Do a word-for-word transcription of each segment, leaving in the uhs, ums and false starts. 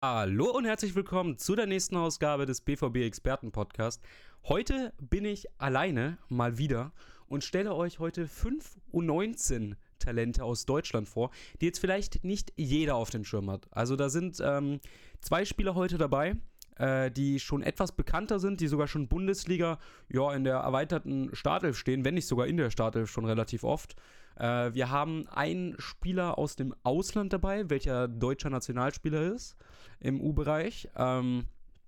Hallo und herzlich willkommen zu der nächsten Ausgabe des B V B-Experten-Podcast. Heute bin ich alleine mal wieder und stelle euch heute fünf U neunzehn Talente aus Deutschland vor, die jetzt vielleicht nicht jeder auf dem Schirm hat. Also da sind ähm, zwei Spieler heute dabei, äh, die schon etwas bekannter sind, die sogar schon Bundesliga ja, in der erweiterten Startelf stehen, wenn nicht sogar in der Startelf schon relativ oft. Äh, wir haben einen Spieler aus dem Ausland dabei, welcher deutscher Nationalspieler ist im U-Bereich, ähm,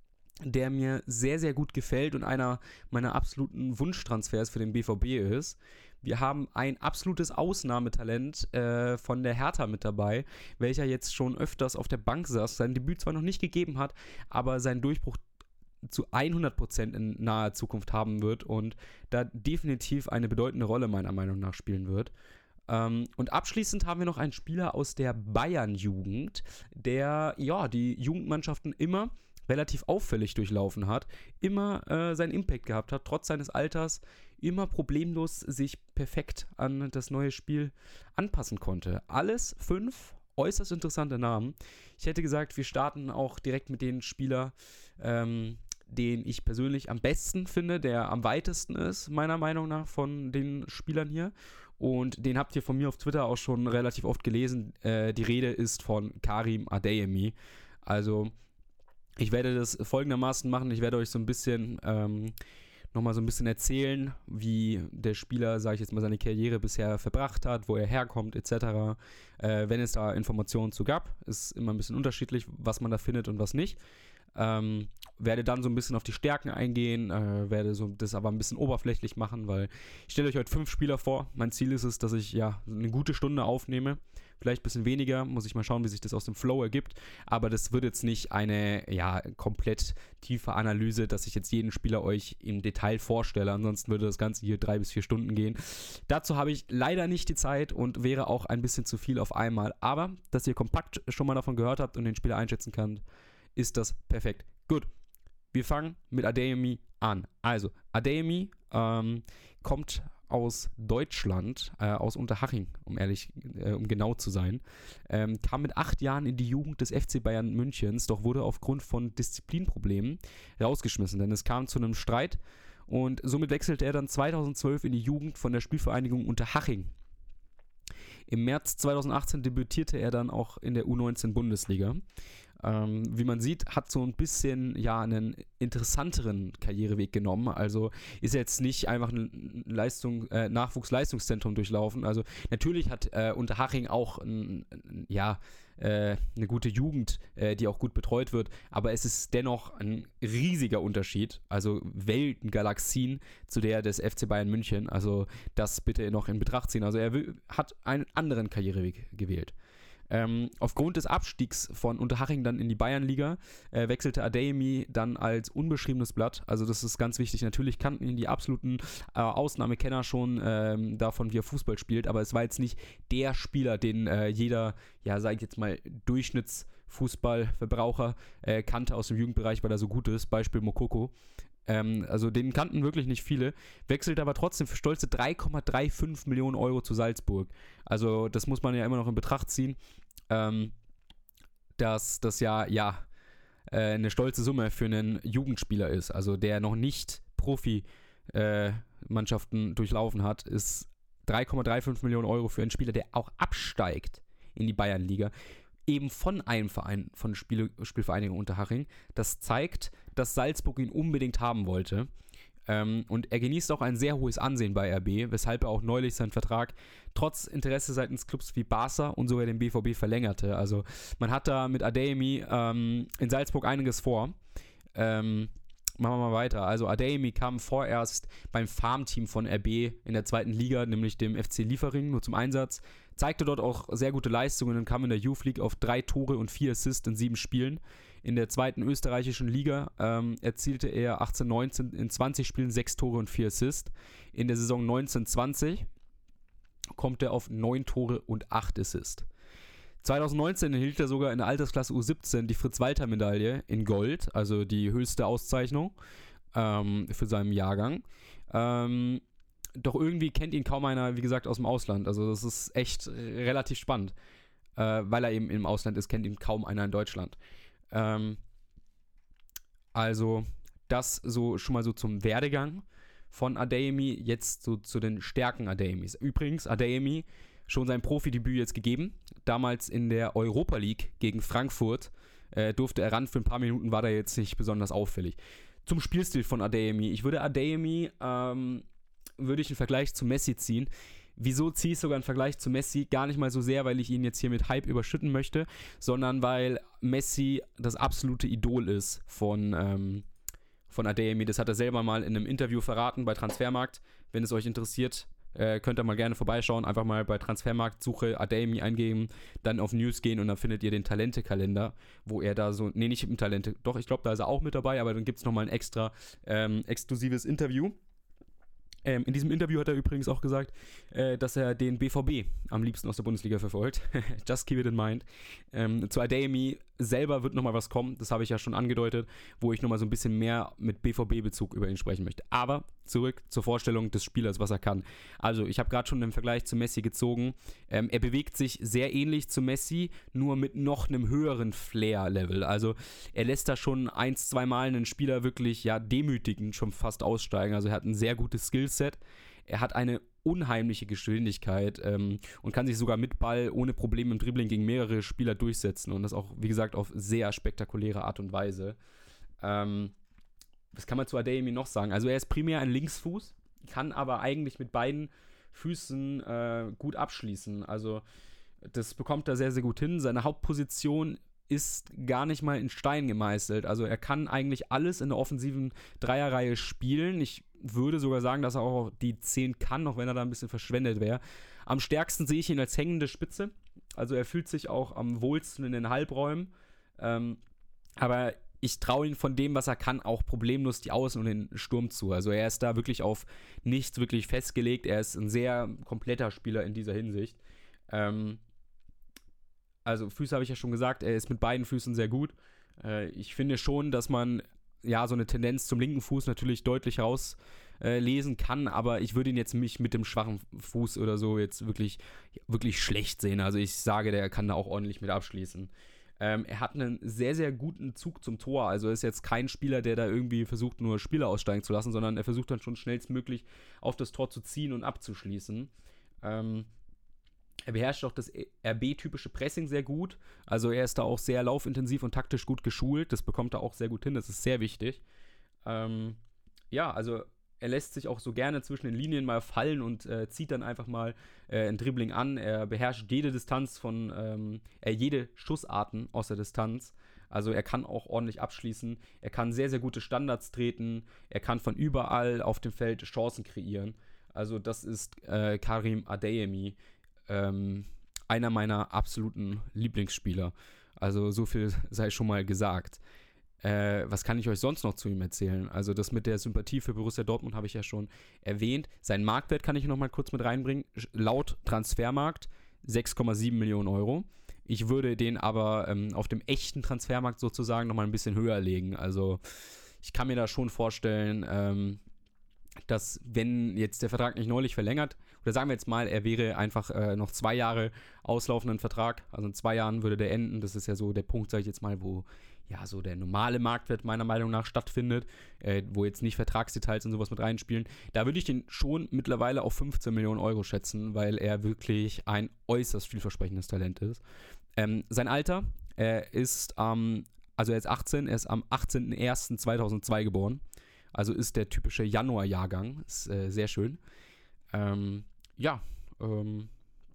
der mir sehr, sehr gut gefällt und einer meiner absoluten Wunschtransfers für den B V B ist. Wir haben ein absolutes Ausnahmetalent äh, von der Hertha mit dabei, welcher jetzt schon öfters auf der Bank saß, sein Debüt zwar noch nicht gegeben hat, aber seinen Durchbruch zu hundert Prozent in naher Zukunft haben wird und da definitiv eine bedeutende Rolle meiner Meinung nach spielen wird. Ähm, und abschließend haben wir noch einen Spieler aus der Bayern-Jugend, der ja die Jugendmannschaften immer relativ auffällig durchlaufen hat, immer äh, seinen Impact gehabt hat, trotz seines Alters, immer problemlos sich perfekt an das neue Spiel anpassen konnte. Alles fünf äußerst interessante Namen. Ich hätte gesagt, wir starten auch direkt mit dem Spieler, ähm, den ich persönlich am besten finde, der am weitesten ist, meiner Meinung nach, von den Spielern hier. Und den habt ihr von mir auf Twitter auch schon relativ oft gelesen. Äh, die Rede ist von Karim Adeyemi. Also, ich werde das folgendermaßen machen. Ich werde euch so ein bisschen, ähm, nochmal so ein bisschen erzählen, wie der Spieler, sage ich jetzt mal, seine Karriere bisher verbracht hat, wo er herkommt, et cetera. Äh, wenn es da Informationen zu gab, ist immer ein bisschen unterschiedlich, was man da findet und was nicht. Ähm, werde dann so ein bisschen auf die Stärken eingehen, äh, werde so das aber ein bisschen oberflächlich machen, weil ich stelle euch heute fünf Spieler vor. Mein Ziel ist es, dass ich ja eine gute Stunde aufnehme, vielleicht ein bisschen weniger, muss ich mal schauen, wie sich das aus dem Flow ergibt, aber das wird jetzt nicht eine ja komplett tiefe Analyse, dass ich jetzt jeden Spieler euch im Detail vorstelle, ansonsten würde das Ganze hier drei bis vier Stunden gehen. Dazu habe ich leider nicht die Zeit und wäre auch ein bisschen zu viel auf einmal, aber dass ihr kompakt schon mal davon gehört habt und den Spieler einschätzen könnt, ist das perfekt. Gut, wir fangen mit Adeyemi an. Also, Adeyemi ähm, kommt aus Deutschland, äh, aus Unterhaching, um ehrlich, äh, um genau zu sein. Ähm, kam mit acht Jahren in die Jugend des F C Bayern Münchens, doch wurde aufgrund von Disziplinproblemen rausgeschmissen, denn es kam zu einem Streit und somit wechselte er dann zweitausendzwölf in die Jugend von der Spielvereinigung Unterhaching. Im März zweitausendachtzehn debütierte er dann auch in der U neunzehn Bundesliga. Ähm, wie man sieht, hat so ein bisschen ja einen interessanteren Karriereweg genommen. Also ist jetzt nicht einfach ein Leistung, äh, Nachwuchsleistungszentrum durchlaufen. Also natürlich hat äh, Unterhaching auch ein, ein, ja, äh, eine gute Jugend, äh, die auch gut betreut wird. Aber es ist dennoch ein riesiger Unterschied. Also Welten, Galaxien zu der des F C Bayern München. Also das bitte noch in Betracht ziehen. Also er will, hat einen anderen Karriereweg gewählt. Ähm, aufgrund des Abstiegs von Unterhaching dann in die Bayernliga äh, wechselte Adeyemi dann als unbeschriebenes Blatt. Also das ist ganz wichtig. Natürlich kannten ihn die absoluten äh, Ausnahmekenner schon ähm, davon, wie er Fußball spielt, aber es war jetzt nicht der Spieler, den äh, jeder, ja, sag ich jetzt mal, Durchschnittsfußballverbraucher äh, kannte aus dem Jugendbereich, weil er so gut ist. Beispiel Mokoko. Ähm, also den kannten wirklich nicht viele, wechselt aber trotzdem für stolze drei Komma fünfunddreißig Millionen Euro zu Salzburg. Also das muss man ja immer noch in Betracht ziehen, ähm, dass das ja, ja äh, eine stolze Summe für einen Jugendspieler ist, also der noch nicht Profi-Mannschaften äh, durchlaufen hat, ist drei Komma fünfunddreißig Millionen Euro für einen Spieler, der auch absteigt in die Bayernliga, eben von einem Verein, von der Spiel- Spielvereinigung Unterhaching. Das zeigt, dass Salzburg ihn unbedingt haben wollte. Ähm, und er genießt auch ein sehr hohes Ansehen bei R B, weshalb er auch neulich seinen Vertrag trotz Interesse seitens Clubs wie Barca und sogar dem B V B verlängerte. Also man hat da mit Adeyemi ähm, in Salzburg einiges vor. Ähm, Machen wir mal weiter. Also Adeyemi kam vorerst beim Farmteam von R B in der zweiten Liga, nämlich dem F C Liefering, nur zum Einsatz. Zeigte dort auch sehr gute Leistungen und kam in der Youth League auf drei Tore und vier Assists in sieben Spielen. In der zweiten österreichischen Liga ähm, erzielte er achtzehn neunzehn in zwanzig Spielen sechs Tore und vier Assists. In der Saison neunzehn zwanzig kommt er auf neun Tore und acht Assists. zweitausendneunzehn erhielt er sogar in der Altersklasse U siebzehn die Fritz-Walter-Medaille in Gold, also die höchste Auszeichnung ähm, für seinen Jahrgang. Ähm, doch irgendwie kennt ihn kaum einer, wie gesagt, aus dem Ausland. Also das ist echt relativ spannend. Äh, weil er eben im Ausland ist, kennt ihn kaum einer in Deutschland. Ähm, also das so schon mal so zum Werdegang von Adeyemi, jetzt so zu den Stärken Adeyemis. Übrigens, Adeyemi schon sein Profidebüt jetzt gegeben, damals in der Europa League gegen Frankfurt, äh, durfte er ran, für ein paar Minuten war da jetzt nicht besonders auffällig. Zum Spielstil von Adeyemi, ich würde Adeyemi, ähm, würde ich einen Vergleich zu Messi ziehen. Wieso ziehe ich sogar einen Vergleich zu Messi? Gar nicht mal so sehr, weil ich ihn jetzt hier mit Hype überschütten möchte, sondern weil Messi das absolute Idol ist von, ähm, von Adeyemi. Das hat er selber mal in einem Interview verraten bei Transfermarkt. Wenn es euch interessiert, äh, könnt ihr mal gerne vorbeischauen. Einfach mal bei Transfermarkt Suche Adeyemi eingeben, dann auf News gehen und dann findet ihr den Talente-Kalender, wo er da so, nee, nicht im Talente, doch, ich glaube, da ist er auch mit dabei, aber dann gibt es nochmal ein extra ähm, exklusives Interview. Ähm, in diesem Interview hat er übrigens auch gesagt, äh, dass er den B V B am liebsten aus der Bundesliga verfolgt. Just keep it in mind. Ähm, zu Adeyemi selber wird nochmal was kommen, das habe ich ja schon angedeutet, wo ich nochmal so ein bisschen mehr mit B V B-Bezug über ihn sprechen möchte. Aber zurück zur Vorstellung des Spielers, was er kann. Also, ich habe gerade schon den Vergleich zu Messi gezogen. Ähm, er bewegt sich sehr ähnlich zu Messi, nur mit noch einem höheren Flair-Level. Also, er lässt da schon ein, zwei Mal einen Spieler wirklich, ja, demütigend schon fast aussteigen. Also, er hat ein sehr gutes Skillset. Er hat eine unheimliche Geschwindigkeit ähm, und kann sich sogar mit Ball ohne Probleme im Dribbling gegen mehrere Spieler durchsetzen und das auch, wie gesagt, auf sehr spektakuläre Art und Weise. Ähm, was kann man zu Adeyemi noch sagen? Also er ist primär ein Linksfuß, kann aber eigentlich mit beiden Füßen äh, gut abschließen. Also das bekommt er sehr, sehr gut hin. Seine Hauptposition ist gar nicht mal in Stein gemeißelt. Also er kann eigentlich alles in der offensiven Dreierreihe spielen. Ich würde sogar sagen, dass er auch die zehn kann, auch wenn er da ein bisschen verschwendet wäre. Am stärksten sehe ich ihn als hängende Spitze. Also er fühlt sich auch am wohlsten in den Halbräumen. Ähm, aber ich traue ihm von dem, was er kann, auch problemlos die Außen- und den Sturm zu. Also er ist da wirklich auf nichts wirklich festgelegt. Er ist ein sehr kompletter Spieler in dieser Hinsicht. Ähm, also Füße habe ich ja schon gesagt, er ist mit beiden Füßen sehr gut. Äh, ich finde schon, dass man ja so eine Tendenz zum linken Fuß natürlich deutlich rauslesen äh, kann, aber ich würde ihn jetzt nicht mit dem schwachen Fuß oder so jetzt wirklich, wirklich schlecht sehen. Also ich sage, der kann da auch ordentlich mit abschließen. Ähm, er hat einen sehr, sehr guten Zug zum Tor. Also er ist jetzt kein Spieler, der da irgendwie versucht, nur Spieler aussteigen zu lassen, sondern er versucht dann schon schnellstmöglich auf das Tor zu ziehen und abzuschließen. Ähm, Er beherrscht auch das R B-typische Pressing sehr gut. Also er ist da auch sehr laufintensiv und taktisch gut geschult. Das bekommt er auch sehr gut hin. Das ist sehr wichtig. Ähm, ja, also er lässt sich auch so gerne zwischen den Linien mal fallen und äh, zieht dann einfach mal äh, ein Dribbling an. Er beherrscht jede Distanz von, ähm, äh, jede Schussarten aus der Distanz. Also er kann auch ordentlich abschließen. Er kann sehr, sehr gute Standards treten. Er kann von überall auf dem Feld Chancen kreieren. Also das ist äh, Karim Adeyemi. Ähm, einer meiner absoluten Lieblingsspieler. Also so viel sei schon mal gesagt. Äh, was kann ich euch sonst noch zu ihm erzählen? Also das mit der Sympathie für Borussia Dortmund habe ich ja schon erwähnt. Sein Marktwert kann ich noch mal kurz mit reinbringen. Laut Transfermarkt sechs Komma sieben Millionen Euro. Ich würde den aber ähm, auf dem echten Transfermarkt sozusagen noch mal ein bisschen höher legen. Also ich kann mir da schon vorstellen, ähm, dass wenn jetzt der Vertrag nicht neulich verlängert, oder sagen wir jetzt mal, er wäre einfach äh, noch zwei Jahre auslaufenden Vertrag, also in zwei Jahren würde der enden, das ist ja so der Punkt, sage ich jetzt mal, wo ja so der normale Marktwert meiner Meinung nach stattfindet, äh, wo jetzt nicht Vertragsdetails und sowas mit reinspielen, da würde ich den schon mittlerweile auf fünfzehn Millionen Euro schätzen, weil er wirklich ein äußerst vielversprechendes Talent ist. Ähm, sein Alter, er ist am, ähm, also er ist achtzehn, er ist am achtzehnten ersten zweitausendzwei geboren. Also ist der typische Januar-Jahrgang. Ist äh, sehr schön. Ähm, ja, ähm,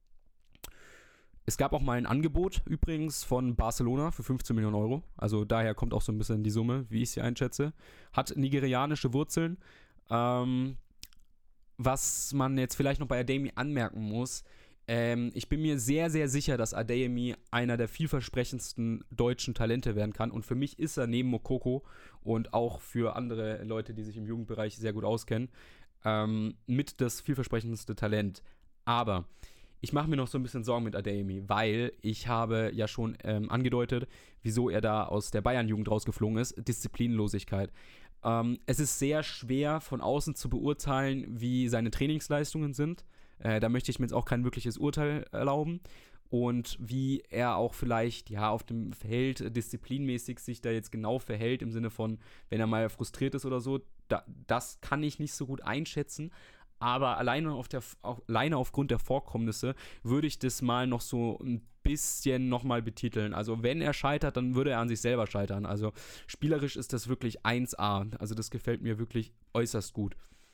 es gab auch mal ein Angebot übrigens von Barcelona für fünfzehn Millionen Euro. Also daher kommt auch so ein bisschen die Summe, wie ich sie einschätze. Hat nigerianische Wurzeln. Ähm, was man jetzt vielleicht noch bei Adeyemi anmerken muss, ähm, ich bin mir sehr, sehr sicher, dass Adeyemi einer der vielversprechendsten deutschen Talente werden kann. Und für mich ist er neben Moukoko und auch für andere Leute, die sich im Jugendbereich sehr gut auskennen, ähm, mit das vielversprechendste Talent. Aber ich mache mir noch so ein bisschen Sorgen mit Adeyemi, weil ich habe ja schon ähm, angedeutet, wieso er da aus der Bayern-Jugend rausgeflogen ist. Disziplinlosigkeit. Ähm, es ist sehr schwer von außen zu beurteilen, wie seine Trainingsleistungen sind. Äh, da möchte ich mir jetzt auch kein wirkliches Urteil erlauben. und wie er auch vielleicht ja auf dem Feld äh, disziplinmäßig sich da jetzt genau verhält, im Sinne von, wenn er mal frustriert ist oder so, da, das kann ich nicht so gut einschätzen. Aber alleine, auf der, auch, alleine aufgrund der Vorkommnisse würde ich das mal noch so ein bisschen nochmal betiteln. Also wenn er scheitert, dann würde er an sich selber scheitern. Also spielerisch ist das wirklich eins A. Also das gefällt mir wirklich äußerst gut.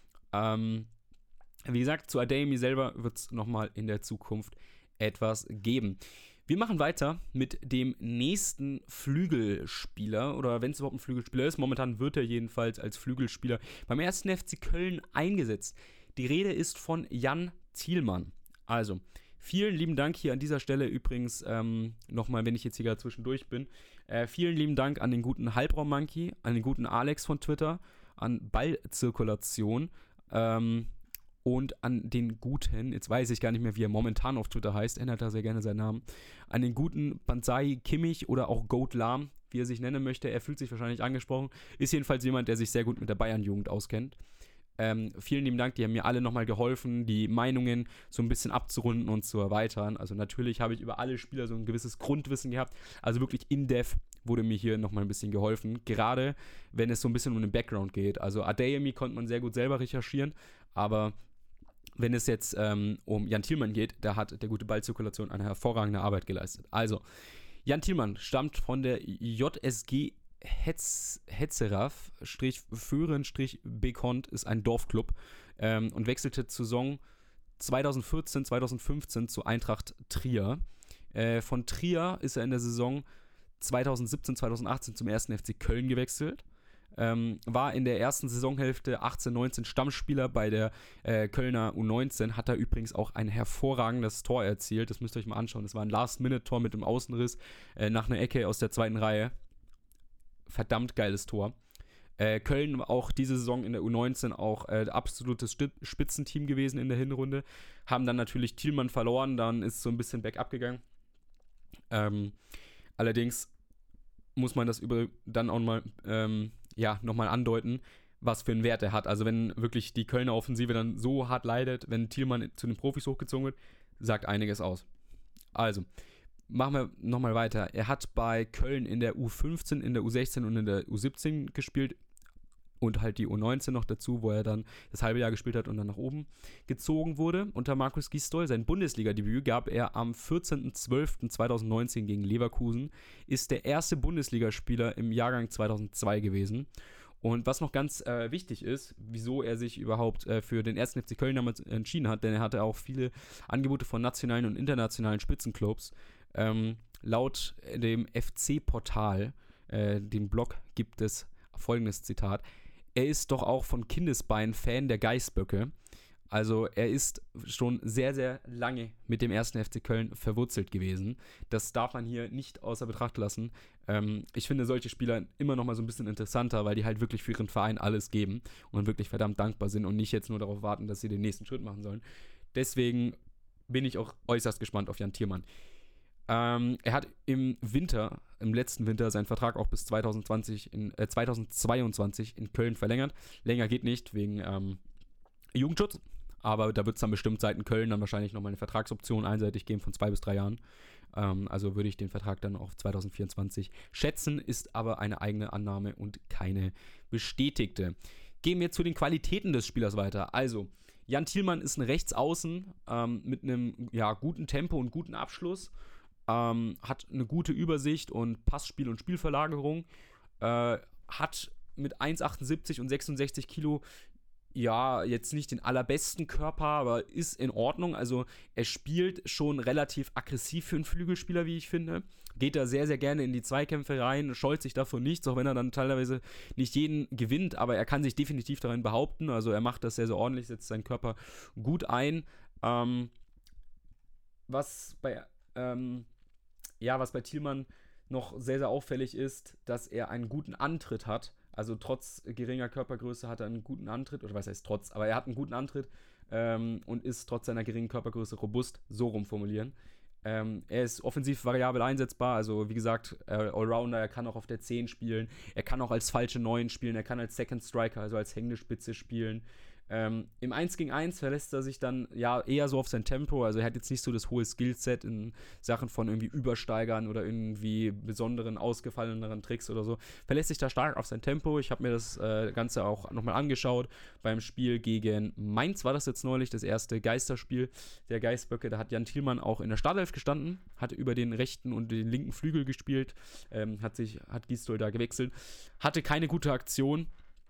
Ähm, wie gesagt, zu Adeyemi selber wird es nochmal in der Zukunft etwas geben. Wir machen weiter mit dem nächsten Flügelspieler, oder wenn es überhaupt ein Flügelspieler ist. Momentan wird er jedenfalls als Flügelspieler beim ersten F C Köln eingesetzt. Die Rede ist von Jan Thielmann. Also, vielen lieben Dank hier an dieser Stelle übrigens, ähm, nochmal, wenn ich jetzt hier gerade zwischendurch bin, äh, vielen lieben Dank an den guten Halbraum-Monkey, an den guten Alex von Twitter, an Ballzirkulation, ähm, und an den guten, jetzt weiß ich gar nicht mehr, wie er momentan auf Twitter heißt, ändert er sehr gerne seinen Namen, an den guten Banzai Kimmich oder auch Goat Lam, wie er sich nennen möchte. Er fühlt sich wahrscheinlich angesprochen. Ist jedenfalls jemand, der sich sehr gut mit der Bayern-Jugend auskennt. Ähm, vielen lieben Dank, die haben mir alle nochmal geholfen, die Meinungen so ein bisschen abzurunden und zu erweitern. Also natürlich habe ich über alle Spieler so ein gewisses Grundwissen gehabt. Also wirklich in-depth wurde mir hier nochmal ein bisschen geholfen. Gerade wenn es so ein bisschen um den Background geht. Also Adeyemi konnte man sehr gut selber recherchieren, aber wenn es jetzt ähm, um Jan Thielmann geht, da hat der gute Ballzirkulation eine hervorragende Arbeit geleistet. Also, Jan Thielmann stammt von der J S G Hetz, Hetzerath, Föhren, Bekont, ist ein Dorfclub, ähm, und wechselte zur Saison zwanzig vierzehn, zwanzig fünfzehn zu Eintracht Trier. Äh, von Trier ist er in der Saison zwanzig siebzehn, zwanzig achtzehn zum ersten F C Köln gewechselt. Ähm, war in der ersten Saisonhälfte achtzehn neunzehn Stammspieler bei der äh, Kölner U neunzehn, hat da übrigens auch ein hervorragendes Tor erzielt, das müsst ihr euch mal anschauen, das war ein Last-Minute-Tor mit dem Außenriss äh, nach einer Ecke aus der zweiten Reihe. Verdammt geiles Tor. Äh, Köln war auch diese Saison in der U neunzehn auch äh, absolutes Spitzenteam gewesen in der Hinrunde, haben dann natürlich Thielmann verloren, dann ist so ein bisschen bergab gegangen. Ähm, allerdings muss man das über dann auch mal ähm, ja, nochmal andeuten, was für einen Wert er hat. Also wenn wirklich die Kölner Offensive dann so hart leidet, wenn Thielmann zu den Profis hochgezogen wird, sagt einiges aus. Also, machen wir nochmal weiter. Er hat bei Köln in der U fünfzehn, in der U sechzehn und in der U siebzehn gespielt und halt die U neunzehn noch dazu, wo er dann das halbe Jahr gespielt hat und dann nach oben gezogen wurde. Unter Markus Gisdol, sein Bundesliga-Debüt gab er am vierzehnten zwölften zweitausendneunzehn gegen Leverkusen, ist der erste Bundesligaspieler im Jahrgang zweitausendzwei gewesen. Und was noch ganz äh, wichtig ist, wieso er sich überhaupt äh, für den ersten F C Köln damals entschieden hat, denn er hatte auch viele Angebote von nationalen und internationalen Spitzenclubs. Ähm, laut dem F C-Portal, äh, dem Blog, gibt es folgendes Zitat: Er ist doch auch von Kindesbeinen Fan der Geißböcke. Also er ist schon sehr, sehr lange mit dem ersten F C Köln verwurzelt gewesen. Das darf man hier nicht außer Betracht lassen. Ähm, ich finde solche Spieler immer noch mal so ein bisschen interessanter, weil die halt wirklich für ihren Verein alles geben und wirklich verdammt dankbar sind und nicht jetzt nur darauf warten, dass sie den nächsten Schritt machen sollen. Deswegen bin ich auch äußerst gespannt auf Jan Thielmann. Ähm, er hat im Winter, im letzten Winter, seinen Vertrag auch bis zwanzig zwanzig in, äh, zweitausendzweiundzwanzig in Köln verlängert. Länger geht nicht, wegen ähm, Jugendschutz. Aber da wird es dann bestimmt seitens Köln dann wahrscheinlich nochmal eine Vertragsoption einseitig geben von zwei bis drei Jahren. Ähm, also würde ich den Vertrag dann auf zwanzig vierundzwanzig schätzen, ist aber eine eigene Annahme und keine bestätigte. Gehen wir zu den Qualitäten des Spielers weiter. Also, Jan Thielmann ist ein Rechtsaußen ähm, mit einem ja, guten Tempo und guten Abschluss. Ähm, hat eine gute Übersicht und Passspiel und Spielverlagerung. Äh, hat mit eins Komma achtundsiebzig und sechsundsechzig Kilo ja, jetzt nicht den allerbesten Körper, aber ist in Ordnung. Also er spielt schon relativ aggressiv für einen Flügelspieler, wie ich finde. Geht da sehr, sehr gerne in die Zweikämpfe rein, scheut sich davon nichts, auch wenn er dann teilweise nicht jeden gewinnt, aber er kann sich definitiv darin behaupten. Also er macht das sehr, sehr ordentlich, setzt seinen Körper gut ein. Ähm, was bei, ähm, ja, was bei Thielmann noch sehr, sehr auffällig ist, dass er einen guten Antritt hat. Also trotz geringer Körpergröße hat er einen guten Antritt, oder was heißt trotz, aber er hat einen guten Antritt ähm, und ist trotz seiner geringen Körpergröße robust, so rum formulieren. Ähm, er ist offensiv variabel einsetzbar, also wie gesagt, äh, Allrounder, er kann auch auf der zehn spielen, er kann auch als falsche neun spielen, er kann als Second Striker, also als hängende Spitze spielen. Ähm, Im eins gegen eins verlässt er sich dann ja eher so auf sein Tempo. Also er hat jetzt nicht so das hohe Skillset in Sachen von irgendwie Übersteigern oder irgendwie besonderen, ausgefalleneren Tricks oder so. Verlässt sich da stark auf sein Tempo. Ich habe mir das äh, Ganze auch nochmal angeschaut beim Spiel gegen Mainz war das jetzt neulich, das erste Geisterspiel der Geißböcke. Da hat Jan Thielmann auch in der Startelf gestanden, hat über den rechten und den linken Flügel gespielt, ähm, hat sich, hat Gisdol da gewechselt, hatte keine gute Aktion,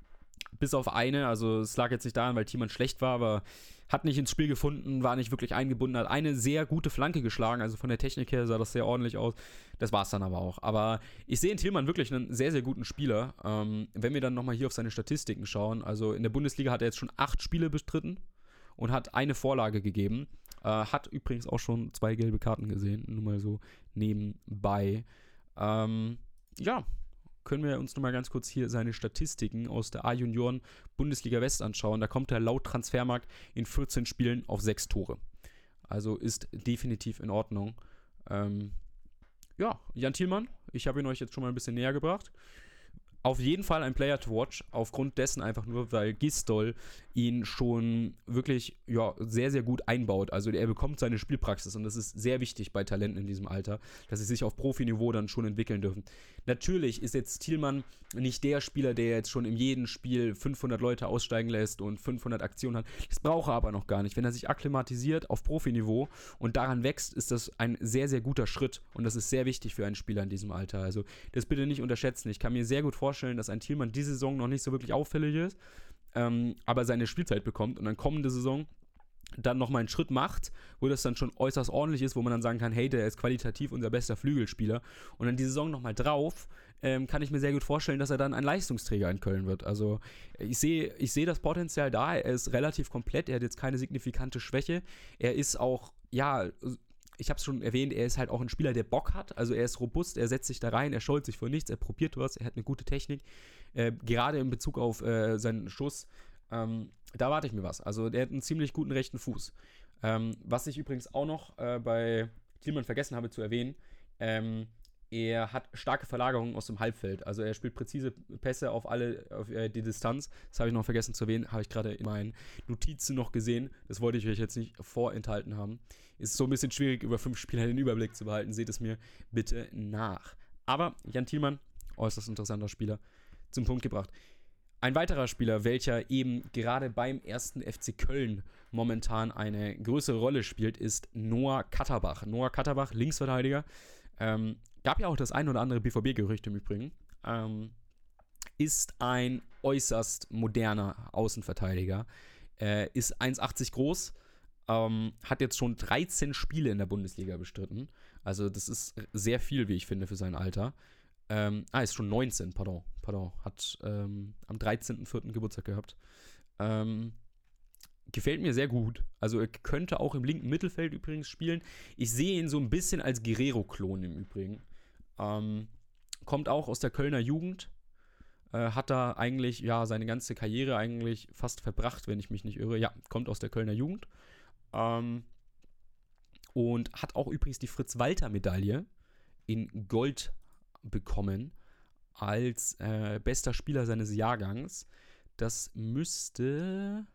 bis auf eine, also es lag jetzt nicht daran, weil Thielmann schlecht war, aber hat nicht ins Spiel gefunden, war nicht wirklich eingebunden, hat eine sehr gute Flanke geschlagen, also von der Technik her sah das sehr ordentlich aus, das war es dann aber auch. Aber ich sehe in Thielmann wirklich einen sehr, sehr guten Spieler, ähm, wenn wir dann nochmal hier auf seine Statistiken schauen, also in der Bundesliga hat er jetzt schon acht Spiele bestritten und hat eine Vorlage gegeben, äh, hat übrigens auch schon zwei gelbe Karten gesehen, nur mal so nebenbei. Ähm, ja, können wir uns nochmal ganz kurz hier seine Statistiken aus der A-Junioren Bundesliga West anschauen. Da kommt er laut Transfermarkt in vierzehn Spielen auf sechs Tore. Also ist definitiv in Ordnung. Ähm, ja, Jan Thielmann, ich habe ihn euch jetzt schon mal ein bisschen näher gebracht. Auf jeden Fall ein Player to watch, aufgrund dessen einfach nur, weil Gisdol ihn schon wirklich ja, sehr, sehr gut einbaut. Also er bekommt seine Spielpraxis und das ist sehr wichtig bei Talenten in diesem Alter, dass sie sich auf Profiniveau dann schon entwickeln dürfen. Natürlich ist jetzt Thielmann nicht der Spieler, der jetzt schon in jedem Spiel fünfhundert Leute aussteigen lässt und fünfhundert Aktionen hat. Das braucht er aber noch gar nicht. Wenn er sich akklimatisiert auf Profiniveau und daran wächst, ist das ein sehr, sehr guter Schritt und das ist sehr wichtig für einen Spieler in diesem Alter. Also das bitte nicht unterschätzen. Ich kann mir sehr gut vorstellen, dass ein Thielmann diese Saison noch nicht so wirklich auffällig ist, ähm, aber seine Spielzeit bekommt und dann kommende Saison dann nochmal einen Schritt macht, wo das dann schon äußerst ordentlich ist, wo man dann sagen kann, hey, der ist qualitativ unser bester Flügelspieler und dann die Saison nochmal drauf, ähm, kann ich mir sehr gut vorstellen, dass er dann ein Leistungsträger in Köln wird. Also ich sehe ich sehe das Potenzial da, er ist relativ komplett, er hat jetzt keine signifikante Schwäche, er ist auch, ja, ich habe es schon erwähnt, er ist halt auch ein Spieler, der Bock hat, also er ist robust, er setzt sich da rein, er scheut sich vor nichts, er probiert was, er hat eine gute Technik, äh, gerade in Bezug auf äh, seinen Schuss, ähm, da warte ich mir was. Also der hat einen ziemlich guten rechten Fuß. Ähm, was ich übrigens auch noch äh, bei Thielmann vergessen habe zu erwähnen, ähm, er hat starke Verlagerungen aus dem Halbfeld. Also er spielt präzise Pässe auf alle, auf äh, die Distanz. Das habe ich noch vergessen zu erwähnen, habe ich gerade in meinen Notizen noch gesehen. Das wollte ich euch jetzt nicht vorenthalten haben. Ist so ein bisschen schwierig, über fünf Spieler den Überblick zu behalten. Seht es mir bitte nach. Aber Jan Thielmann, äußerst interessanter Spieler, zum Punkt gebracht. Ein weiterer Spieler, welcher eben gerade beim ersten F C Köln momentan eine größere Rolle spielt, ist Noah Katterbach. Noah Katterbach, Linksverteidiger, ähm, gab ja auch das ein oder andere B V B-Gerücht im Übrigen, ähm, ist ein äußerst moderner Außenverteidiger, äh, ist eins Komma achtzig groß, ähm, hat jetzt schon dreizehn Spiele in der Bundesliga bestritten. Also das ist sehr viel, wie ich finde, für sein Alter. Ähm, ah, ist schon neunzehn, pardon, pardon, hat ähm, am dreizehnten vierten Geburtstag gehabt. Ähm, gefällt mir sehr gut. Also er könnte auch im linken Mittelfeld übrigens spielen. Ich sehe ihn so ein bisschen als Guerrero-Klon im Übrigen. Ähm, kommt auch aus der Kölner Jugend. Äh, hat da eigentlich, ja, seine ganze Karriere eigentlich fast verbracht, wenn ich mich nicht irre. Ja, kommt aus der Kölner Jugend. Ähm, und hat auch übrigens die Fritz-Walter-Medaille in Gold bekommen als äh, bester Spieler seines Jahrgangs. Das müsste...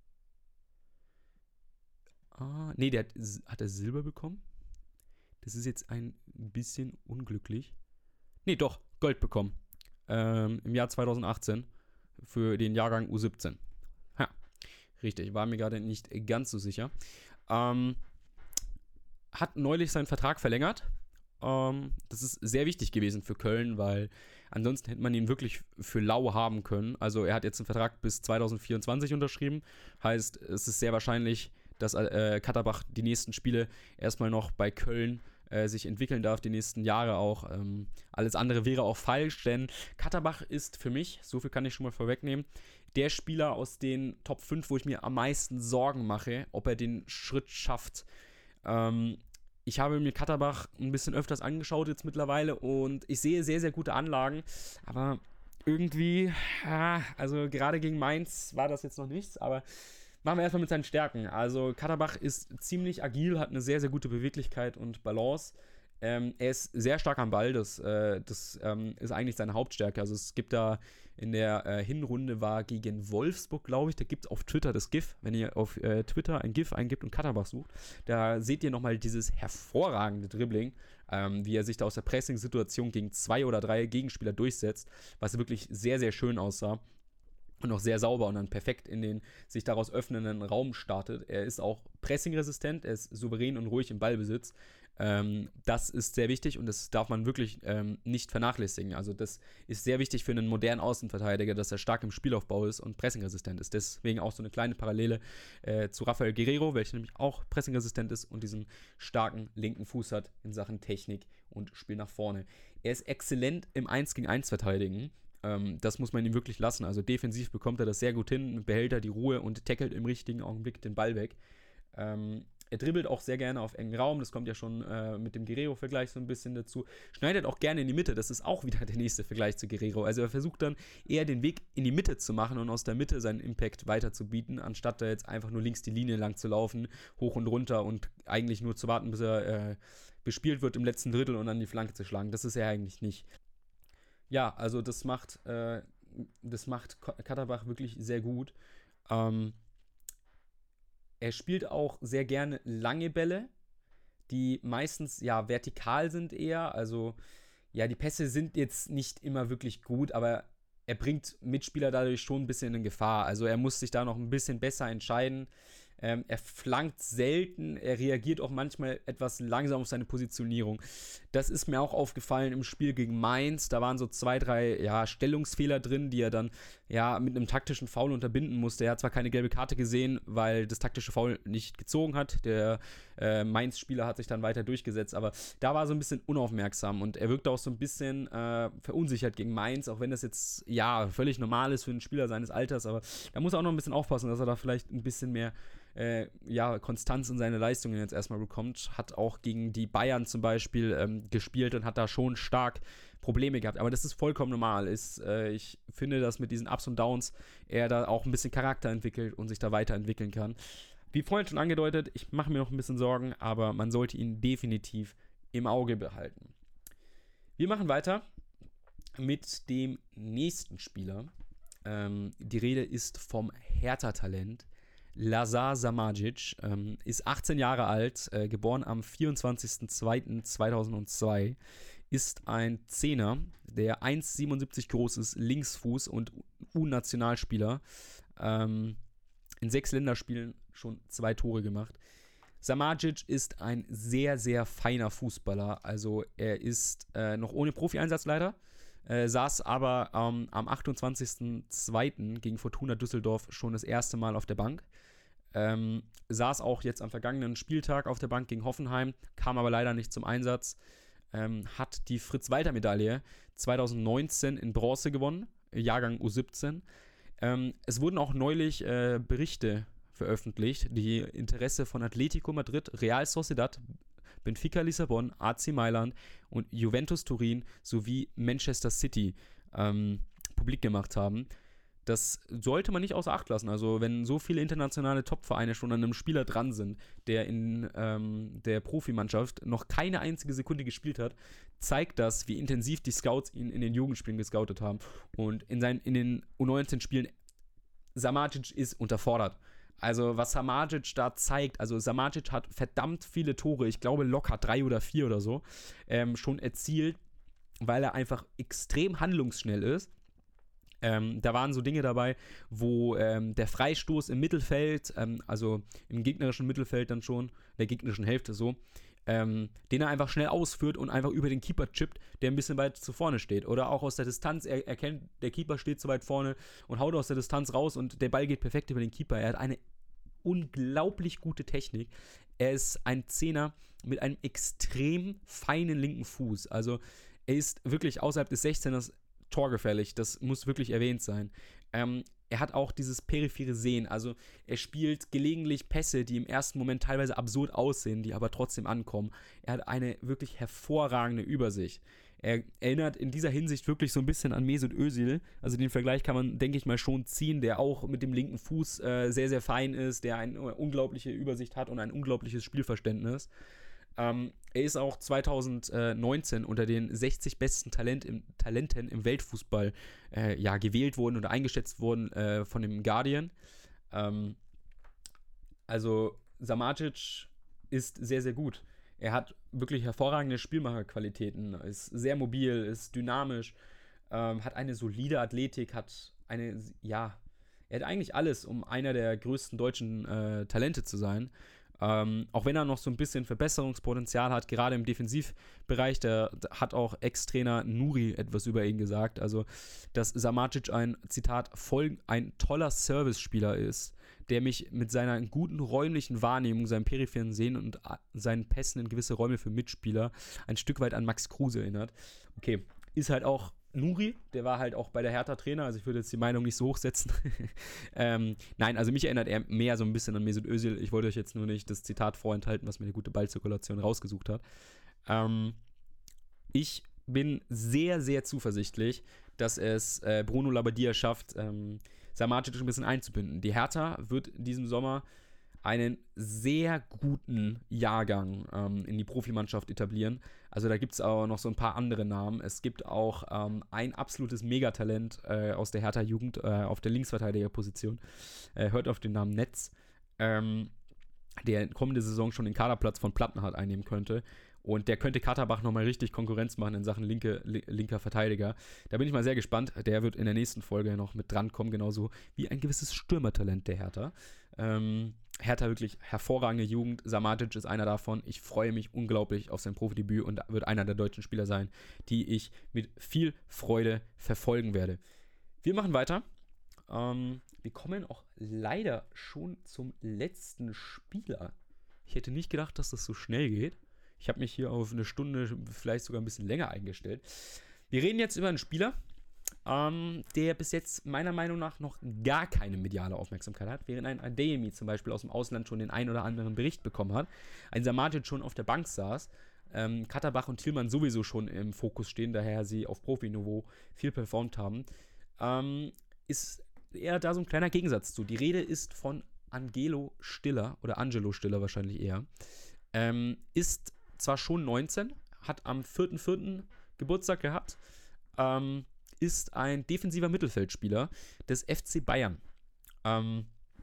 Ah, nee, der hat, hat er Silber bekommen? Das ist jetzt ein bisschen unglücklich. Nee, doch, Gold bekommen. Ähm, im Jahr zwanzig achtzehn für den Jahrgang U siebzehn. Ha, richtig, war mir gerade nicht ganz so sicher. Ähm, hat neulich seinen Vertrag verlängert. Um, das ist sehr wichtig gewesen für Köln, weil ansonsten hätte man ihn wirklich für lau haben können. Also er hat jetzt einen Vertrag bis zwanzig vierundzwanzig unterschrieben. Heißt, es ist sehr wahrscheinlich, dass äh, Katterbach die nächsten Spiele erstmal noch bei Köln äh, sich entwickeln darf, die nächsten Jahre auch. Ähm, alles andere wäre auch falsch, denn Katterbach ist für mich, so viel kann ich schon mal vorwegnehmen, der Spieler aus den Top fünf, wo ich mir am meisten Sorgen mache, ob er den Schritt schafft. Ähm, Ich habe mir Katterbach ein bisschen öfters angeschaut jetzt mittlerweile und ich sehe sehr, sehr gute Anlagen, aber irgendwie, ja, also gerade gegen Mainz war das jetzt noch nichts, aber machen wir erstmal mit seinen Stärken. Also Katterbach ist ziemlich agil, hat eine sehr, sehr gute Beweglichkeit und Balance, Ähm, er ist sehr stark am Ball, das, äh, das ähm, ist eigentlich seine Hauptstärke. Also es gibt da in der äh, Hinrunde war gegen Wolfsburg, glaube ich, da gibt es auf Twitter das GIF, wenn ihr auf äh, Twitter ein GIF eingibt und Katterbach sucht, da seht ihr nochmal dieses hervorragende Dribbling, ähm, wie er sich da aus der Pressing-Situation gegen zwei oder drei Gegenspieler durchsetzt, was wirklich sehr, sehr schön aussah. Und auch sehr sauber und dann perfekt in den sich daraus öffnenden Raum startet. Er ist auch pressingresistent, er ist souverän und ruhig im Ballbesitz. Ähm, das ist sehr wichtig und das darf man wirklich ähm, nicht vernachlässigen. Also das ist sehr wichtig für einen modernen Außenverteidiger, dass er stark im Spielaufbau ist und pressingresistent ist. Deswegen auch so eine kleine Parallele äh, zu Rafael Guerreiro, welcher nämlich auch pressingresistent ist und diesen starken linken Fuß hat in Sachen Technik und Spiel nach vorne. Er ist exzellent im eins gegen eins Verteidigen. Ähm, das muss man ihm wirklich lassen. Also defensiv bekommt er das sehr gut hin, behält er die Ruhe und tackelt im richtigen Augenblick den Ball weg. Ähm, er dribbelt auch sehr gerne auf engen Raum, das kommt ja schon äh, mit dem Guerreiro-Vergleich so ein bisschen dazu. Schneidet auch gerne in die Mitte, das ist auch wieder der nächste Vergleich zu Guerreiro. Also er versucht dann eher den Weg in die Mitte zu machen und aus der Mitte seinen Impact weiterzubieten, anstatt da jetzt einfach nur links die Linie lang zu laufen, hoch und runter und eigentlich nur zu warten, bis er äh, bespielt wird im letzten Drittel und dann die Flanke zu schlagen. Das ist er eigentlich nicht. Ja, also das macht, äh, das macht Katterbach wirklich sehr gut. Ähm, er spielt auch sehr gerne lange Bälle, die meistens ja vertikal sind eher. Also ja, die Pässe sind jetzt nicht immer wirklich gut, aber er bringt Mitspieler dadurch schon ein bisschen in Gefahr. Also er muss sich da noch ein bisschen besser entscheiden. Ähm, er flankt selten, er reagiert auch manchmal etwas langsam auf seine Positionierung. Das ist mir auch aufgefallen im Spiel gegen Mainz. Da waren so zwei, drei ja, Stellungsfehler drin, die er dann ja, mit einem taktischen Foul unterbinden musste. Er hat zwar keine gelbe Karte gesehen, weil das taktische Foul nicht gezogen hat. Der äh, Mainz-Spieler hat sich dann weiter durchgesetzt, aber da war er so ein bisschen unaufmerksam und er wirkte auch so ein bisschen äh, verunsichert gegen Mainz, auch wenn das jetzt ja völlig normal ist für einen Spieler seines Alters, aber da muss er auch noch ein bisschen aufpassen, dass er da vielleicht ein bisschen mehr Äh, ja, Konstanz in seine Leistungen jetzt erstmal bekommt. Hat auch gegen die Bayern zum Beispiel ähm, gespielt und hat da schon stark Probleme gehabt. Aber das ist vollkommen normal. Ist, äh, ich finde, dass mit diesen Ups und Downs er da auch ein bisschen Charakter entwickelt und sich da weiterentwickeln kann. Wie vorhin schon angedeutet, ich mache mir noch ein bisschen Sorgen, aber man sollte ihn definitiv im Auge behalten. Wir machen weiter mit dem nächsten Spieler. Ähm, die Rede ist vom Hertha-Talent Lazar Samardzic, ähm, ist achtzehn Jahre alt, äh, geboren am vierundzwanzigsten zweiten zweitausendzwei, ist ein Zehner, der eins Komma siebenundsiebzig groß ist, Linksfuß und U-Nationalspieler. Ähm, in sechs Länderspielen schon zwei Tore gemacht. Samardzic ist ein sehr, sehr feiner Fußballer. Also er ist äh, noch ohne Profi-Einsatz leider, äh, saß aber ähm, am achtundzwanzigsten zweiten gegen Fortuna Düsseldorf schon das erste Mal auf der Bank. Ähm, saß auch jetzt am vergangenen Spieltag auf der Bank gegen Hoffenheim, kam aber leider nicht zum Einsatz. Ähm, hat die Fritz-Walter-Medaille zweitausendneunzehn in Bronze gewonnen, Jahrgang U siebzehn. Ähm, es wurden auch neulich äh, Berichte veröffentlicht, die Interesse von Atletico Madrid, Real Sociedad, Benfica Lissabon, A C Mailand und Juventus Turin sowie Manchester City ähm, publik gemacht haben. Das sollte man nicht außer Acht lassen. Also wenn so viele internationale Top-Vereine schon an einem Spieler dran sind, der in ähm, der Profimannschaft noch keine einzige Sekunde gespielt hat, zeigt das, wie intensiv die Scouts ihn in den Jugendspielen gescoutet haben. Und in, seinen, in den U neunzehn-Spielen, Samardzic ist unterfordert. Also was Samardzic da zeigt, also Samardzic hat verdammt viele Tore, ich glaube locker drei oder vier oder so, ähm, schon erzielt, weil er einfach extrem handlungsschnell ist. Ähm, da waren so Dinge dabei, wo ähm, der Freistoß im Mittelfeld, ähm, also im gegnerischen Mittelfeld dann schon, der gegnerischen Hälfte so, ähm, den er einfach schnell ausführt und einfach über den Keeper chippt, der ein bisschen weit zu vorne steht. Oder auch aus der Distanz, er erkennt, der Keeper steht zu weit vorne und haut aus der Distanz raus und der Ball geht perfekt über den Keeper. Er hat eine unglaublich gute Technik. Er ist ein Zehner mit einem extrem feinen linken Fuß. Also er ist wirklich außerhalb des sechzehners torgefährlich, das muss wirklich erwähnt sein. Ähm, er hat auch dieses periphere Sehen, also er spielt gelegentlich Pässe, die im ersten Moment teilweise absurd aussehen, die aber trotzdem ankommen. Er hat eine wirklich hervorragende Übersicht. Er erinnert in dieser Hinsicht wirklich so ein bisschen an Mesut Özil, also den Vergleich kann man, denke ich mal, schon ziehen, der auch mit dem linken Fuß äh, sehr, sehr fein ist, der eine unglaubliche Übersicht hat und ein unglaubliches Spielverständnis. Ähm, er ist auch zwanzig neunzehn unter den sechzig besten Talent im, Talenten im Weltfußball äh, ja, gewählt worden oder eingeschätzt worden äh, von dem Guardian. Ähm, also Samardzic ist sehr, sehr gut. Er hat wirklich hervorragende Spielmacherqualitäten, ist sehr mobil, ist dynamisch, ähm, hat eine solide Athletik, hat eine, ja, er hat eigentlich alles, um einer der größten deutschen äh, Talente zu sein. Ähm, auch wenn er noch so ein bisschen Verbesserungspotenzial hat, gerade im Defensivbereich, da hat auch Ex-Trainer Nuri etwas über ihn gesagt, also dass Samardzic ein, Zitat, voll ein toller Service-Spieler ist, der mich mit seiner guten räumlichen Wahrnehmung, seinem peripheren Sehen und seinen Pässen in gewisse Räume für Mitspieler ein Stück weit an Max Kruse erinnert. Okay, ist halt auch Nuri, der war halt auch bei der Hertha Trainer, also ich würde jetzt die Meinung nicht so hochsetzen. ähm, nein, also mich erinnert er mehr so ein bisschen an Mesut Özil. Ich wollte euch jetzt nur nicht das Zitat vorenthalten, was mir eine gute Ballzirkulation rausgesucht hat. Ähm, ich bin sehr, sehr zuversichtlich, dass es äh, Bruno Labbadia schafft, ähm, Samardzic ein bisschen einzubinden. Die Hertha wird in diesem Sommer einen sehr guten Jahrgang ähm, in die Profimannschaft etablieren. Also da gibt es aber noch so ein paar andere Namen. Es gibt auch ähm, ein absolutes Megatalent äh, aus der Hertha-Jugend äh, auf der Linksverteidigerposition. Äh, hört auf den Namen Netz. Ähm, der kommende Saison schon den Kaderplatz von Plattenhardt einnehmen könnte. Und der könnte Katterbach nochmal richtig Konkurrenz machen in Sachen linke, li- linker Verteidiger. Da bin ich mal sehr gespannt. Der wird in der nächsten Folge noch mit drankommen, genauso wie ein gewisses Stürmertalent der Hertha. Ähm, Hertha wirklich hervorragende Jugend. Samardzic ist einer davon. Ich freue mich unglaublich auf sein Profidebüt und wird einer der deutschen Spieler sein, die ich mit viel Freude verfolgen werde. Wir machen weiter. Ähm, wir kommen auch leider schon zum letzten Spieler. Ich hätte nicht gedacht, dass das so schnell geht. Ich habe mich hier auf eine Stunde, vielleicht sogar ein bisschen länger eingestellt. Wir reden jetzt über einen Spieler, ähm, der bis jetzt meiner Meinung nach noch gar keine mediale Aufmerksamkeit hat, während ein Adeyemi zum Beispiel aus dem Ausland schon den einen oder anderen Bericht bekommen hat, ein Samardzic schon auf der Bank saß, ähm, Katterbach und Tillmann sowieso schon im Fokus stehen, daher sie auf Profiniveau viel performt haben, ähm, ist eher da so ein kleiner Gegensatz zu. Die Rede ist von Angelo Stiller, oder Angelo Stiller wahrscheinlich eher, ähm, ist zwar schon neunzehn, hat am vierten vierten Geburtstag gehabt, ähm, ist ein defensiver Mittelfeldspieler des F C Bayern. Ähm,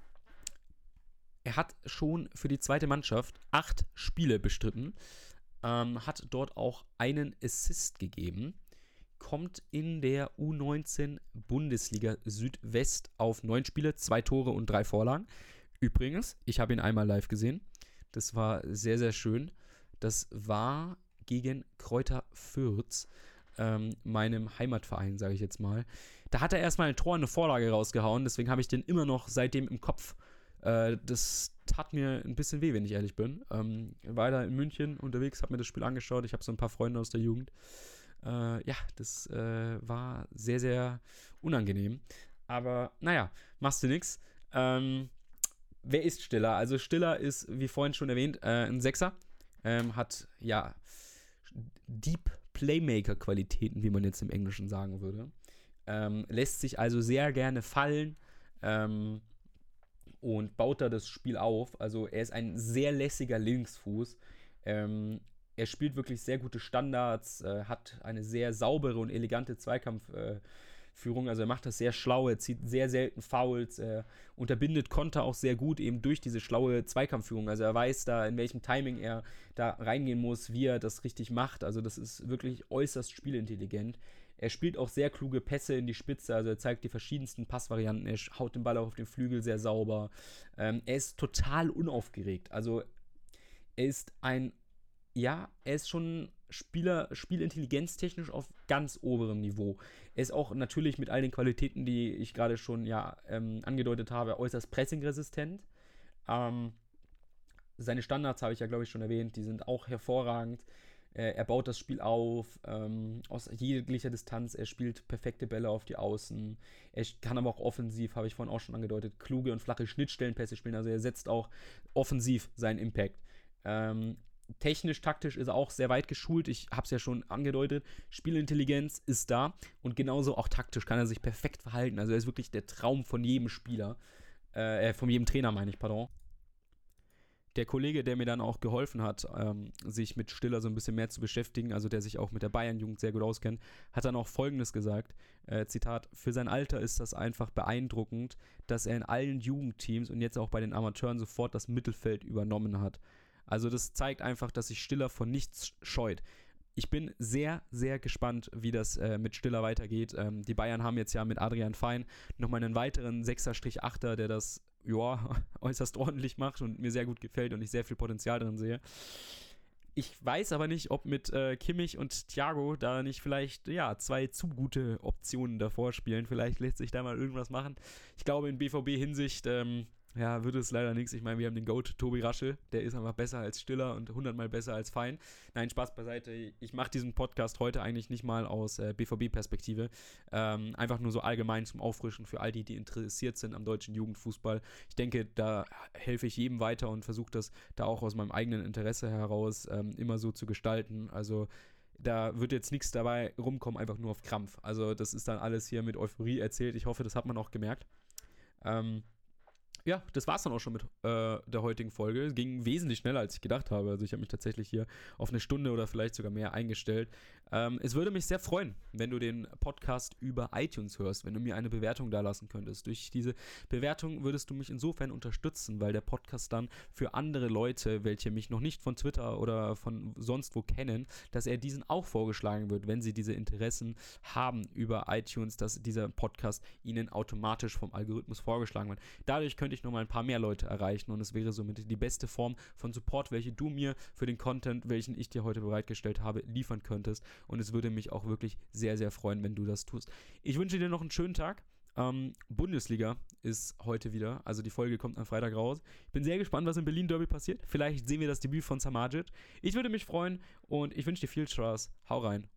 er hat schon für die zweite Mannschaft acht Spiele bestritten, ähm, hat dort auch einen Assist gegeben, kommt in der U neunzehn Bundesliga Südwest auf neun Spiele, zwei Tore und drei Vorlagen. Übrigens, ich habe ihn einmal live gesehen. Das war sehr, sehr schön. Das war gegen Kräuter Fürth, ähm, meinem Heimatverein, sage ich jetzt mal. Da hat er erstmal ein Tor und eine Vorlage rausgehauen, deswegen habe ich den immer noch seitdem im Kopf. Äh, das tat mir ein bisschen weh, wenn ich ehrlich bin. Ähm, war da in München unterwegs, habe mir das Spiel angeschaut. Ich habe so ein paar Freunde aus der Jugend. Äh, ja, das äh, war sehr, sehr unangenehm. Aber naja, machst du nix. Ähm, wer ist Stiller? Also Stiller ist, wie vorhin schon erwähnt, äh, ein Sechser. Ähm, hat, ja, Deep Playmaker-Qualitäten, wie man jetzt im Englischen sagen würde. Ähm, lässt sich also sehr gerne fallen ähm, und baut da das Spiel auf. Also er ist ein sehr lässiger Linksfuß. Ähm, er spielt wirklich sehr gute Standards, äh, hat eine sehr saubere und elegante Zweikampfführung. Äh, also er macht das sehr schlau, er zieht sehr selten Fouls, er unterbindet Konter auch sehr gut eben durch diese schlaue Zweikampfführung. Also er weiß da, in welchem Timing er da reingehen muss, wie er das richtig macht. Also das ist wirklich äußerst spielintelligent. Er spielt auch sehr kluge Pässe in die Spitze, also er zeigt die verschiedensten Passvarianten, er haut den Ball auch auf den Flügel sehr sauber. Ähm, er ist total unaufgeregt, also er ist ein, ja, er ist schon Spieler, spielintelligenztechnisch auf ganz oberem Niveau. Er ist auch natürlich mit all den Qualitäten, die ich gerade schon ja, ähm, angedeutet habe, äußerst pressingresistent. Ähm, seine Standards habe ich ja, glaube ich, schon erwähnt, die sind auch hervorragend. Äh, er baut das Spiel auf, ähm, aus jeglicher Distanz. Er spielt perfekte Bälle auf die Außen. Er kann aber auch offensiv, habe ich vorhin auch schon angedeutet, kluge und flache Schnittstellenpässe spielen. Also er setzt auch offensiv seinen Impact. Ähm, technisch, taktisch ist er auch sehr weit geschult. Ich habe es ja schon angedeutet. Spielintelligenz ist da und genauso auch taktisch kann er sich perfekt verhalten. Also er ist wirklich der Traum von jedem Spieler. Äh, von jedem Trainer, meine ich, pardon. der Kollege, der mir dann auch geholfen hat, ähm, sich mit Stiller so ein bisschen mehr zu beschäftigen, also der sich auch mit der Bayern-Jugend sehr gut auskennt, hat dann auch Folgendes gesagt, äh, Zitat, für sein Alter ist das einfach beeindruckend, dass er in allen Jugendteams und jetzt auch bei den Amateuren sofort das Mittelfeld übernommen hat. Also das zeigt einfach, dass sich Stiller von nichts scheut. Ich bin sehr, sehr gespannt, wie das äh, mit Stiller weitergeht. Ähm, die Bayern haben jetzt ja mit Adrian Fein nochmal einen weiteren Sechser-Achter, der das ja, äußerst ordentlich macht und mir sehr gut gefällt und ich sehr viel Potenzial drin sehe. Ich weiß aber nicht, ob mit äh, Kimmich und Thiago da nicht vielleicht, ja, zwei zu gute Optionen davor spielen. Vielleicht lässt sich da mal irgendwas machen. Ich glaube, in B V B-Hinsicht, ähm, ja, wird es leider nichts. Ich meine, wir haben den Goat Tobi Raschel, der ist einfach besser als Stiller und hundertmal besser als Fein. Nein, Spaß beiseite. Ich mache diesen Podcast heute eigentlich nicht mal aus äh, B V B-Perspektive. Ähm, einfach nur so allgemein zum Auffrischen für all die, die interessiert sind am deutschen Jugendfußball. Ich denke, da helfe ich jedem weiter und versuche das da auch aus meinem eigenen Interesse heraus ähm, immer so zu gestalten. Also da wird jetzt nichts dabei rumkommen, einfach nur auf Krampf. Also das ist dann alles hier mit Euphorie erzählt. Ich hoffe, das hat man auch gemerkt. Ähm, Ja, das war's dann auch schon mit äh, der heutigen Folge. Es ging wesentlich schneller, als ich gedacht habe. Also ich habe mich tatsächlich hier auf eine Stunde oder vielleicht sogar mehr eingestellt. Ähm, es würde mich sehr freuen, wenn du den Podcast über iTunes hörst, wenn du mir eine Bewertung da lassen könntest. Durch diese Bewertung würdest du mich insofern unterstützen, weil der Podcast dann für andere Leute, welche mich noch nicht von Twitter oder von sonst wo kennen, dass er diesen auch vorgeschlagen wird, wenn sie diese Interessen haben über iTunes, dass dieser Podcast ihnen automatisch vom Algorithmus vorgeschlagen wird. Dadurch könnte ich nochmal ein paar mehr Leute erreichen und es wäre somit die beste Form von Support, welche du mir für den Content, welchen ich dir heute bereitgestellt habe, liefern könntest und es würde mich auch wirklich sehr, sehr freuen, wenn du das tust. Ich wünsche dir noch einen schönen Tag. Ähm, Bundesliga ist heute wieder, also die Folge kommt am Freitag raus. Ich bin sehr gespannt, was im Berlin-Derby passiert. Vielleicht sehen wir das Debüt von Samajic. Ich würde mich freuen und ich wünsche dir viel Spaß. Hau rein